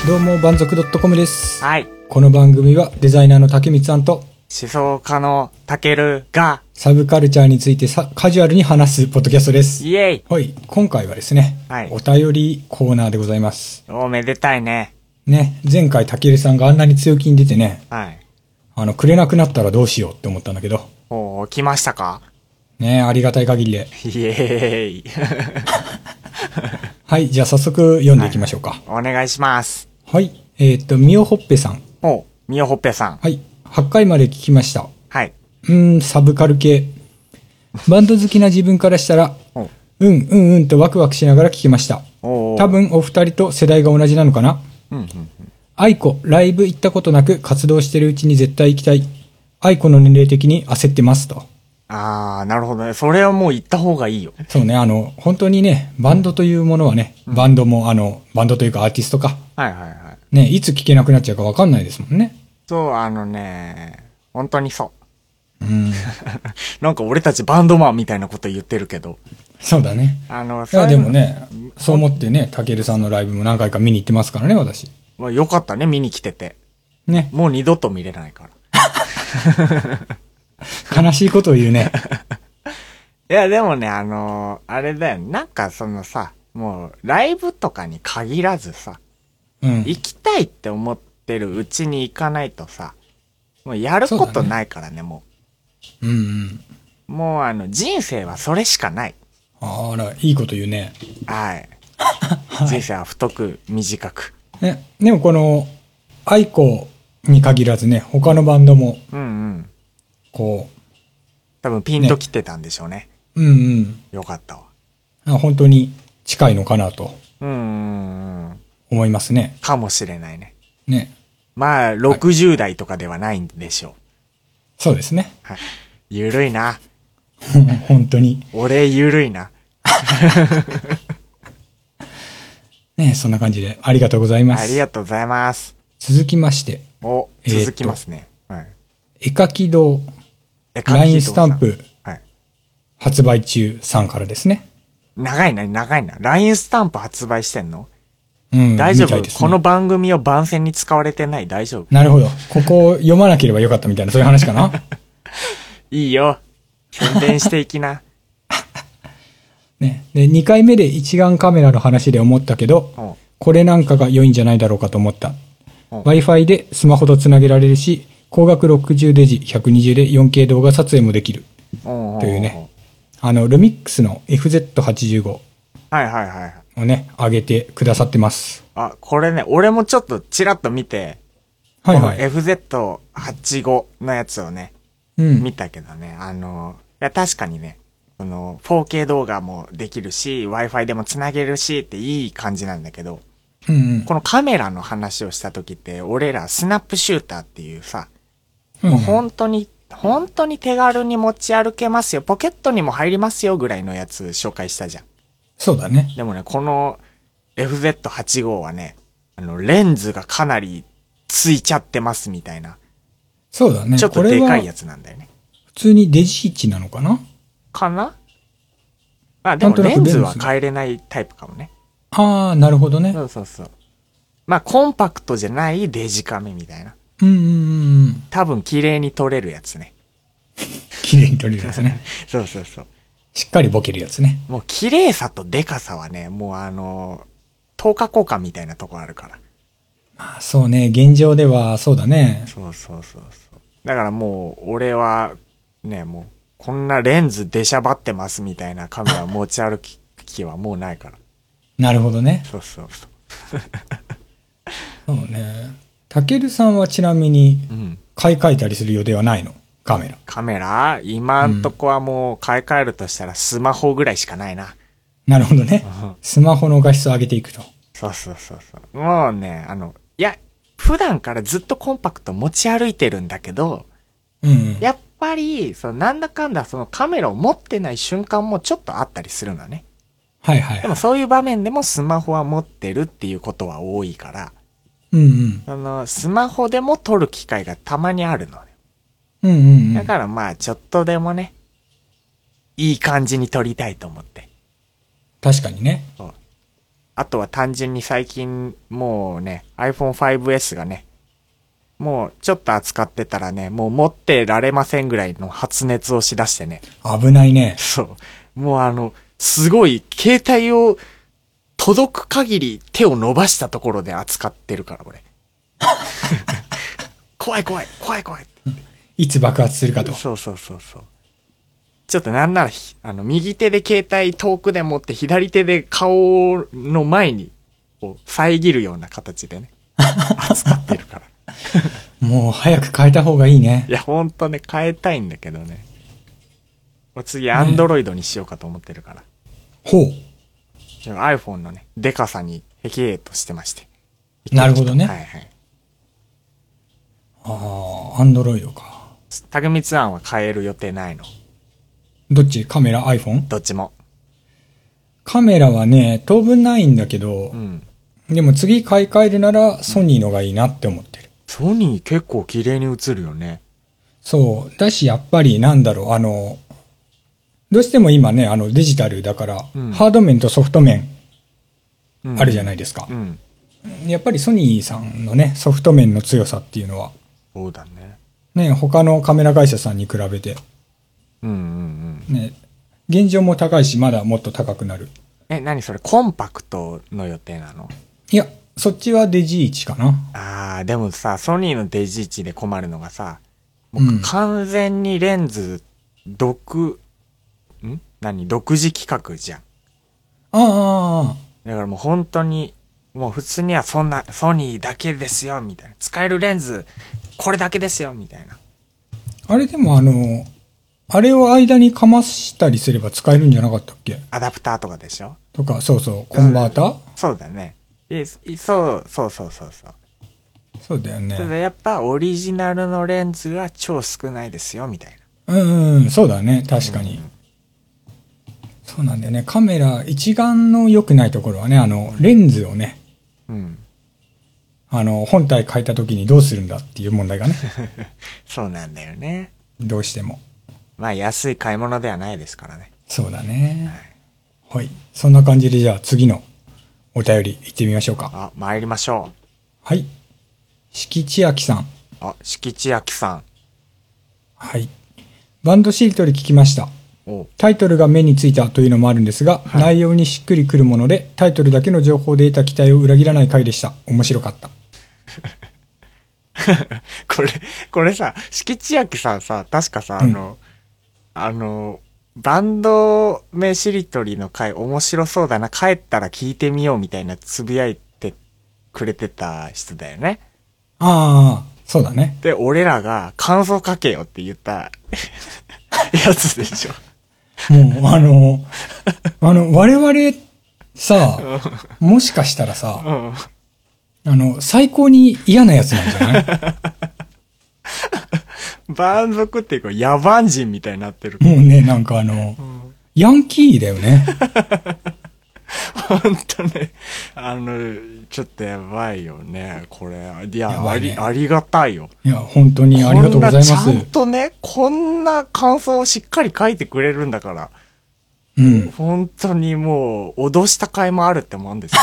どうも、万族 .com です。 はい。 この番組はデザイナーの竹光さんと思想家のたけるが、 サブカルチャーについてカジュアルに話すポッドキャストです。 イエイ。 はい。今回はですね、 はいお便りコーナーでございます。 おめでたいね。 ね、前回竹るさんがあんなに強気に出てね、 はい。 くれなくなったらどうしようって思ったんだけど、 来ましたか？ ね、ありがたい限りで。 イエーイ。 はい、じゃあ早速読んでいきましょうか。 お願いします。 はい。みおほっぺさん。 みよほっぺさん。 はい。8回まで聞きました。 はい。 サブカル系。バンド好きな自分からしたら、とワクワクしながら聞きました。多分お二人と世代が同じなのかな。愛子、ライブ行ったことなく活動してるうちに絶対行きたい。愛子の年齢的に焦ってますと。 なるほどね。それはもう言った方がいいよ。 そうね、本当にね、バンドというものはね、バンドもバンドというかアーティストか。 はいはいはい。 ね、いつ聴けなくなっちゃうかわかんないですもんね。 そう、本当にそう。なんか俺たちバンドマンみたいなこと言ってるけど。 そうだね。いや、でもね、そう思ってね、たけるさんのライブも何回か見に行ってますからね、私。 まあよかったね、見に来てて。 ね。 もう二度と見れないから。 悲しいことを言うね。 いや、でもね、あれだよ。なんかそのさ、もう、ライブとかに限らずさ、行きたいって思ってるうちに行かないとさ、もうやることないからね、もう。 もう人生はそれしかない。 あら、いいこと言うね。 はい。人生は太く短く。 ね、でもこの、愛子に限らずね、他のバンドも、こう、 多分ピンと来てたんでしょうね。よかったわ。本当に近いのかなと。思いますね。 かもしれないね。 ね。 まあ、60代とかではないんでしょう。 そうですね。 はい。ゆるいな。 本当に。 俺ゆるいな。 ね、そんな感じでありがとうございます。 ありがとうございます。 続きまして。 続きますね。 はい。絵描き堂。LINE スタンプ。はい。発売中さんからですね。 長いな。LINE スタンプ発売してんの？大丈夫、ね、この番組を番宣に使われてない？大丈夫？ なるほど。ここを読まなければよかったみたいな、そういう話かな。 いいよ。宣伝していきな。 ね。で、2回目で一眼カメラの話で思ったけど、これなんかが良いんじゃないだろうかと思った。Wi-Fi でスマホとつなげられるし、光学60デジ120で 4K 動画撮影もできる。というね。ルミックスの FZ85。をね、上げてくださってます。 これね、俺もちょっとチラッと見て、この FZ85 のやつをね、見たけどね、いや確かにね、4K 動画もできるし、Wi-Fi でもつなげるしっていい感じなんだけど、このカメラの話をした時って、俺らスナップシューターっていうさ、もう本当に手軽に持ち歩けますよ、ポケットにも入りますよぐらいのやつ紹介したじゃん。 そうだね。 でもね、この FZ85 はね、レンズがかなりついちゃってますみたいな。 そうだね。 ちょっとでかいやつなんだよね。 普通にデジ1なのかな？ でもレンズは変えれないタイプかもね。 なるほどね。 そう。まあ、コンパクトじゃないデジカメみたいな。多分綺麗に撮れるやつね。 綺麗に撮れるやつね。 そう。 しっかりボケるやつね。 もう綺麗さとデカさはね、もう等価交換みたいなとこあるから。 まあそうね、現状ではそうだね。 そう。だからもう、俺は、ね、もう、こんなレンズ出しゃばってますみたいなカメラ持ち歩き気はもうないから。 なるほどね。 そう。 そうね。たけるさんはちなみに、買い替えたりする予定はないの？カメラ今んとこはもう買い替えるとしたらスマホぐらいしかないな。 なるほどね。スマホの画質を上げていくと。 そう。もうね、いや、普段からずっとコンパクト持ち歩いてるんだけど、やっぱり、なんだかんだそのカメラを持ってない瞬間もちょっとあったりするのね。でもそういう場面でもスマホは持ってるっていうことは多いから、スマホでも撮る機会がたまにあるのね。だからまあちょっとでもね、いい感じに撮りたいと思って。 確かにね。 あとは単純に最近もうね、iPhone 5S がね、もうちょっと扱ってたらね、もう持ってられませんぐらいの発熱をしだしてね。 危ないね。 そう。もうすごい、携帯を届く限り手を伸ばしたところで扱ってるから、俺。怖い。 いつ爆発するかと。 そう。ちょっとなんなら、右手で携帯遠くで持って左手で顔の前に、こう、遮るような形でね、扱ってるから。 もう早く変えた方がいいね。 いや、ほんとね、変えたいんだけどね。次、アンドロイドにしようかと思ってるから。 ほう。 iPhone のね、デカさにヘキエーとしてまして。 なるほどね。 はい。 ああ、アンドロイドか。 たくみつあんは変える予定ないの？ どっち？カメラ iPhone？ どっちも。 カメラはね、当分ないんだけど、でも次買い替えるならソニーのがいいなって思ってる。 ソニー結構綺麗に映るよね。 そう。だし、やっぱりなんだろう、どうしても今ね、デジタルだから、ハード面とソフト面、あるじゃないですか。やっぱりソニーさんのね、ソフト面の強さっていうのは、 そうだね。 ね、他のカメラ会社さんに比べて、ね、現状も高いし、まだもっと高くなる。 何それ、コンパクトの予定なの？ いや、そっちはデジ1かな。 ああ、でもさ、ソニーのデジ1で困るのがさ、もう完全にレンズ、独自規格じゃん。 ああ。 だからもう本当に、もう普通にはそんな、ソニーだけですよ、みたいな。使えるレンズ、これだけですよ、みたいな。 あれでもあれを間にかましたりすれば使えるんじゃなかったっけ？ アダプターとかでしょ？ とか、そうそう、コンバーター？ そうだね。そう。 そうだよね。 ただやっぱオリジナルのレンズが超少ないですよ、みたいな。そうだね、確かに。そうなんだよね。カメラ一眼の良くないところはね、レンズをね、本体変えた時にどうするんだっていう問題がね。 そうなんだよね。 どうしても。 まあ安い買い物ではないですからね。 そうだね。はい。そんな感じでじゃあ次のお便り行ってみましょうか。 参りましょう。 はい。敷地明さん。 敷地明さん。 はい。バンドしりとり聞きました。タイトルが目についたというのもあるんですが、内容にしっくりくるもので、タイトルだけの情報で得た期待を裏切らない回でした。面白かった。 これさ、敷地明さんさ、確かさ、バンド名しりとりの回面白そうだな、帰ったら聞いてみようみたいなつぶやいてくれてた人だよね。 ああ、そうだね。 で、俺らが感想書けよって言ったやつでしょ。 もう、我々さ、もしかしたらさ、最高に嫌なやつなんじゃない？ 蛮族っていうか野蛮人みたいになってる。 もうね、なんかヤンキーだよね。 ほんとね、ちょっとやばいよね、これ。いや、ね、ありがたいよ。 いや、本当にありがとうございます。ちゃんとね、こんな感想をしっかり書いてくれるんだから。本当にもう、脅した甲斐もあるってもんです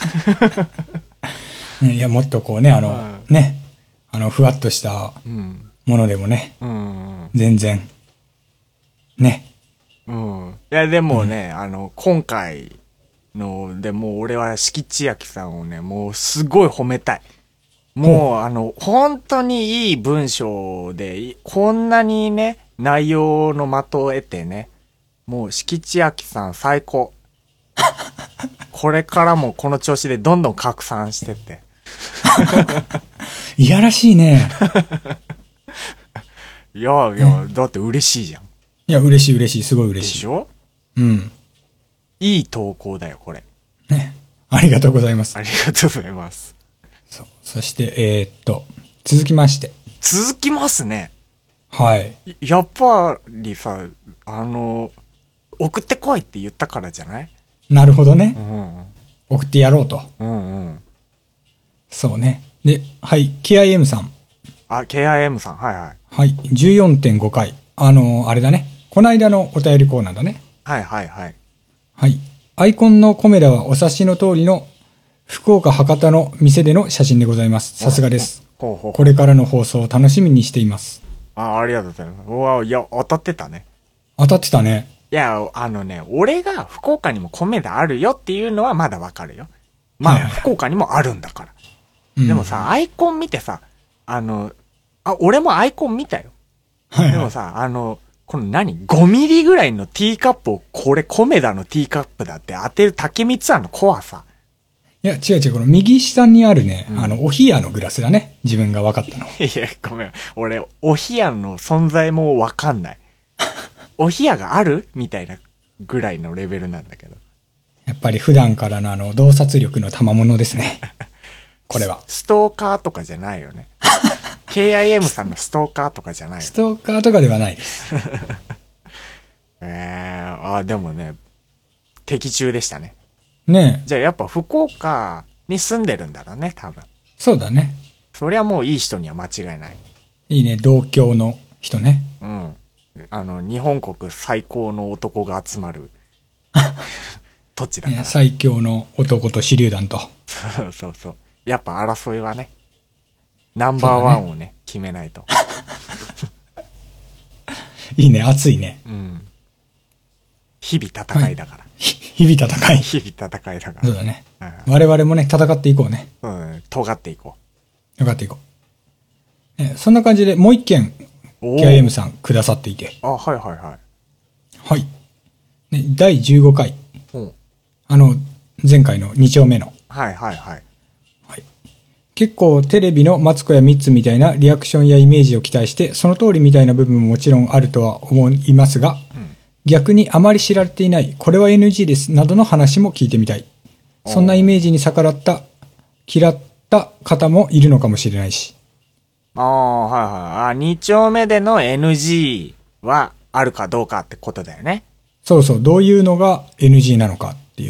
よ。 いや、もっとこうね、ふわっとしたものでもね、全然、ね。 いや、でもね、今回の、でもう俺は敷地明さんをね、もうすごい褒めたい。もう本当にいい文章で、こんなにね、内容の的を得てね、もう敷地明さん最高。これからもこの調子でどんどん拡散してって。 いやらしいね。 いや、だって嬉しいじゃん。 いや、嬉しい、すごい嬉しい。 でしょ？いい投稿だよ、これ。 ね。ありがとうございます。 ありがとうございます。 そして、続きまして。 続きますね。 はい。 やっぱりさ、送ってこいって言ったからじゃない？ なるほどね。送ってやろうと。そうね。で、はい、KIM さん。 KIM さん、はいはい。 はい、14.5 回。あれだね。この間のお便りコーナーだね。 はい。 はい。 アイコンのコメダはお察しの通りの福岡博多の店での写真でございます。さすがです。これからの放送を楽しみにしています。 ありがとうございます。うわ、いや、当たってたね。 当たってたね。 いや、俺が福岡にもコメダあるよっていうのはまだわかるよ。まあ、福岡にもあるんだから。でもさ、アイコン見てさ、俺もアイコン見たよ。でもさ、この5ミリぐらいのティーカップを、これコメダのティーカップだって当てる竹光さんの怖さ。 いや、違う、この右下にあるね、お冷やのグラスだね。自分が分かったの。 いや、ごめん。俺、お冷やの存在も分かんない。お冷やがあるみたいなぐらいのレベルなんだけど。 やっぱり普段からの洞察力の賜物ですね。これは。 ストーカーとかじゃないよね。KIM さんのストーカーとかじゃないよね。 ストーカーとかではないです。 でもね、的中でしたね。 ねえ。 じゃあやっぱ福岡に住んでるんだろうね、多分。 そうだね。 そりゃもういい人には間違いない。 いいね、同郷の人ね。 うん。日本国最高の男が集まる土地だから。 最強の男と手榴弾と。 そう。やっぱ争いはね、ナンバーワンをね、決めないと。 いいね、熱いね。 うん。日々戦いだから。 日々戦い。 日々戦いだから。 そうだね。我々もね、戦っていこうね。 うん、尖っていこう。尖っていこう。そんな感じでもう一件、KIM さんくださっていて。 はい。 はい。ね、第15回。前回の2丁目の。 はい。 結構テレビのマツコやミッツみたいなリアクションやイメージを期待して、その通りみたいな部分ももちろんあるとは思いますが、逆にあまり知られていない、これは NG です、などの話も聞いてみたい。そんなイメージに逆らった、嫌った方もいるのかもしれないし。 2丁目での NG はあるかどうかってことだよね。 そう、どういうのが NG なのかっていう。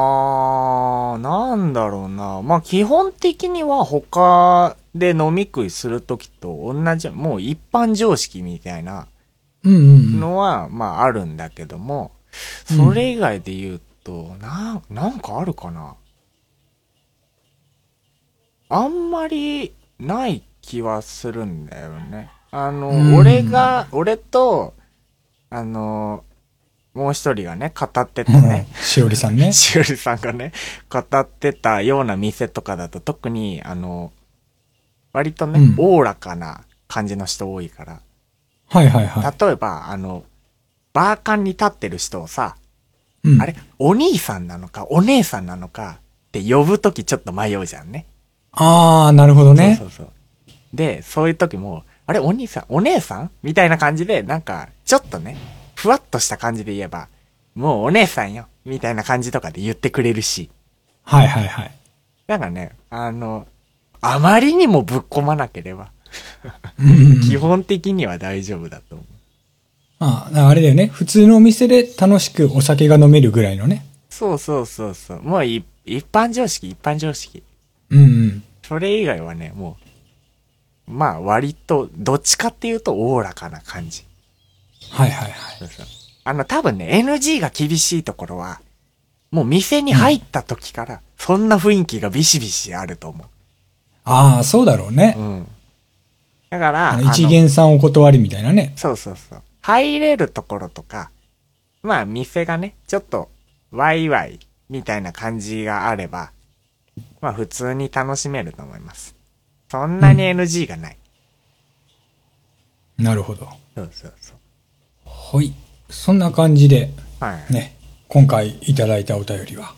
なんだろうな。まあ、基本的には他で飲み食いするときと同じ、もう一般常識みたいなのは、まああるんだけども、それ以外で言うと、なんかあるかな。あんまりない気はするんだよね。俺と、もう一人がね、語ってたね。 しおりさんね。 しおりさんがね、語ってたような店とかだと特に、割とね、おおらかな感じの人多いから。 例えば、バーカンに立ってる人をさ、あれ、お兄さんなのか、お姉さんなのかって呼ぶときちょっと迷うじゃんね。 なるほどね。 そう。で、そういうときも、あれ、お兄さん、お姉さんみたいな感じで、なんか、ちょっとね、ふわっとした感じで言えば、もうお姉さんよみたいな感じとかで言ってくれるし。なんかね、あまりにもぶっ込まなければ、基本的には大丈夫だと思う。 あれだよね。普通のお店で楽しくお酒が飲めるぐらいのね。 そう。もう一般常識。それ以外はね、もう、まあ割と、どっちかっていうとおおらかな感じ。多分ね、NG が厳しいところは、もう店に入った時から、そんな雰囲気がビシビシあると思う。 そうだろうね。 だから、 一元さんお断りみたいなね。 そう。入れるところとか、まあ店がね、ちょっと、ワイワイみたいな感じがあれば、まあ普通に楽しめると思います。そんなに NG がない。 なるほど。 そう。 はい。そんな感じで、 はい。 ね、今回いただいたお便りは。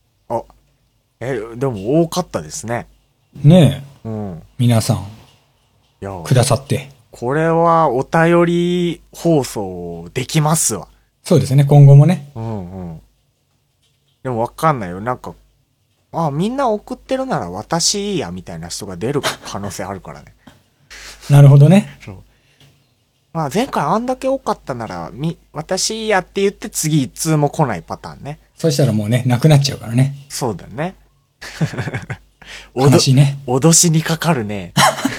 でも多かったですね。 ねえ。皆さん、くださって。 これはお便り放送できますわ。 そうですね、今後もね。 でもわかんないよ。なんか、みんな送ってるなら私いいやみたいな人が出る可能性あるからね。 なるほどね。 そう。前回あんだけ多かったなら、私いいやって言って次一通も来ないパターンね。 そしたらもうね、なくなっちゃうからね。 そうだね。 悲しいね。 脅しにかかるね。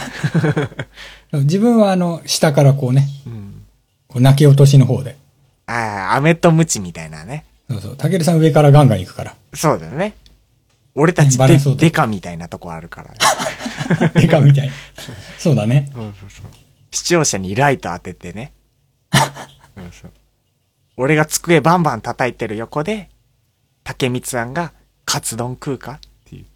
自分は下からこうね、こう泣き落としの方で。 飴とムチみたいなね。 そうそう。たけるさん上からガンガン行くから。 そうだよね。俺たちデカみたいなとこあるからね。 デカみたいな。そうだね。 そうそうそう。視聴者にライト当ててね。そうそう。俺が机バンバン叩いてる横で、竹光さんがカツ丼食うかっていう。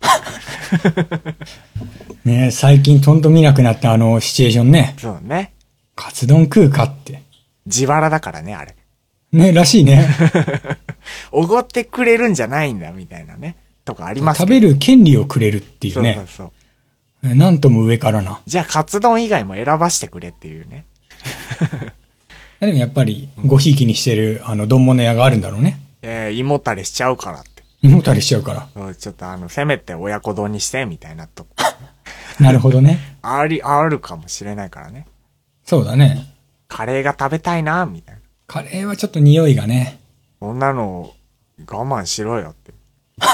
ねえ、最近とんと見なくなったシチュエーションね。 そうね。 カツ丼食うかって。 自腹だからね、あれ。 ね、らしいね。 おごってくれるんじゃないんだ、みたいなね。とかありますけど。食べる権利をくれるっていうね。 そうそうそう。 なんとも上からな。 じゃあ、カツ丼以外も選ばしてくれっていうね。 でもやっぱり、ごひいきにしてる、丼物屋があるんだろうね。 胃もたれしちゃうからって。 胃もたれしちゃうから。 ちょっとせめて親子丼にして、みたいなとこ。 なるほどね。 あるかもしれないからね。 そうだね。 カレーが食べたいな、みたいな。 カレーはちょっと匂いがね。 そんなの、我慢しろよって。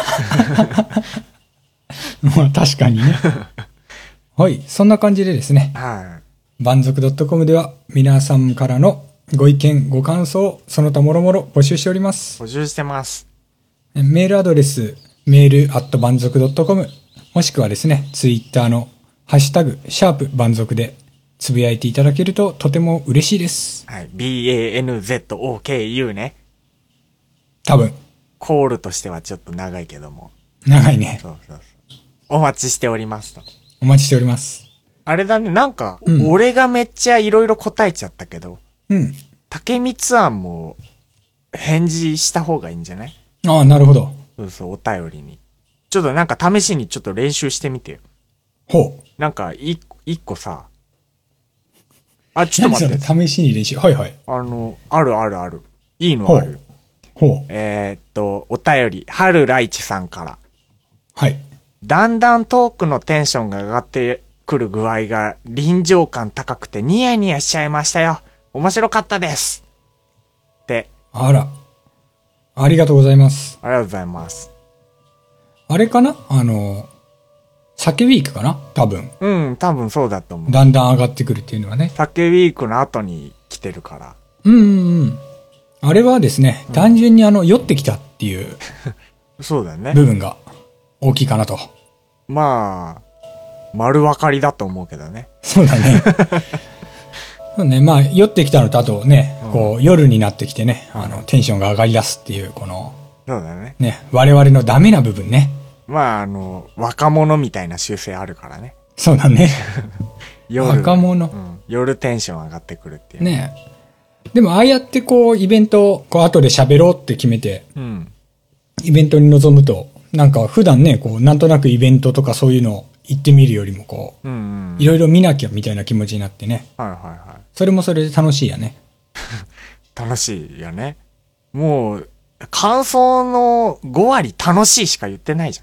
まあ確かにね。はい、そんな感じでですね。 はい。 万族 .com では皆さんからのご意見、ご感想、その他もろもろ募集しております。 募集してます。 メールアドレス、メール@万族 .com、もしくはですね、ツイッターのハッシュタグ、万族でつぶやいていただけるととても嬉しいです。 はい。BANZOKU ね。 多分。 コールとしてはちょっと長いけども。 長いね。 そうそうそう。お待ちしておりますと。 お待ちしております。 あれだね、なんか、俺がめっちゃいろいろ答えちゃったけど。 うん。 竹光庵も返事した方がいいんじゃない？ ああ、なるほど。 そうそう、お便りに。ちょっとなんか試しにちょっと練習してみてよ。 ほう。 なんか、一個さ。あ、ちょっと待って。 試しに練習。はいはい。 ある。いいのある。 ほう。 お便り、春来一さんから。 はい。 だんだんトークのテンションが上がってくる具合が臨場感高くてニヤニヤしちゃいましたよ。面白かったです。って。 あら。ありがとうございます。 ありがとうございます。 あれかな酒ウィークかな多分。 うん、多分そうだと思う。 だんだん上がってくるっていうのはね。 酒ウィークの後に来てるから。 うん。あれはですね、単純に酔ってきたっていう。 そうだね。 部分が大きいかなと。 まあ、丸分かりだと思うけどね。 そうだね。そうね、まあ、酔ってきたのと、あとね、こう、夜になってきてね、テンションが上がり出すっていう、この、 そうだね。 ね、我々のダメな部分ね。 まあ、若者みたいな習性あるからね。 そうだね。 若者、夜テンション上がってくるっていう。 ね。でも、ああやってこう、イベント、こう、後で喋ろうって決めて、イベントに臨むと、なんか普段ね、こう、なんとなくイベントとかそういうのを行ってみるよりもこう、いろいろ見なきゃみたいな気持ちになってね。 はいはいはい。 それもそれで楽しいやね。 楽しいやね。もう、感想の5割楽しいしか言ってないじ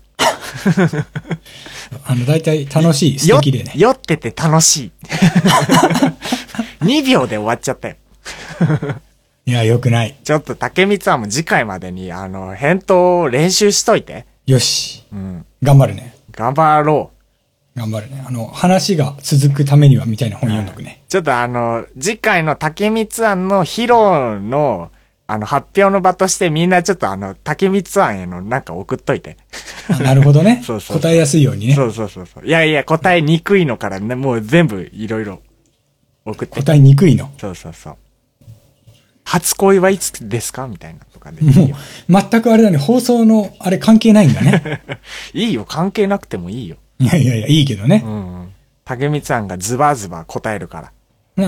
ゃん。 だいたい楽しい、素敵でね。 酔ってて楽しい。2秒で終わっちゃったよ。 いや、よくない。 ちょっと竹光はもう次回までに、返答を練習しといて。 よし。頑張るね。 頑張ろう。頑張るね。話が続くためにはみたいな本読んどくね。 ちょっと次回の竹光庵の披露の、発表の場としてみんなちょっと竹光庵へのなんか送っといて。 なるほどね。そう答えやすいようにね。 そう。いやいや、答えにくいのからね、もう全部いろいろ送って。 答えにくいの。 そう。初恋はいつですかみたいなとかでいいよ。 もう、全くあれだね、放送のあれ関係ないんだね。 いいよ、関係なくてもいいよ。 いや、いいけどね。 竹光さんがズバズバ答えるから。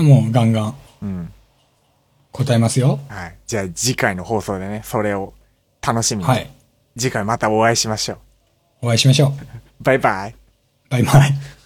ね、もうガンガン。答えますよ。 はい。じゃあ次回の放送でね、それを楽しみに。はい。次回またお会いしましょう。 お会いしましょう。 バイバイ。 バイバイ。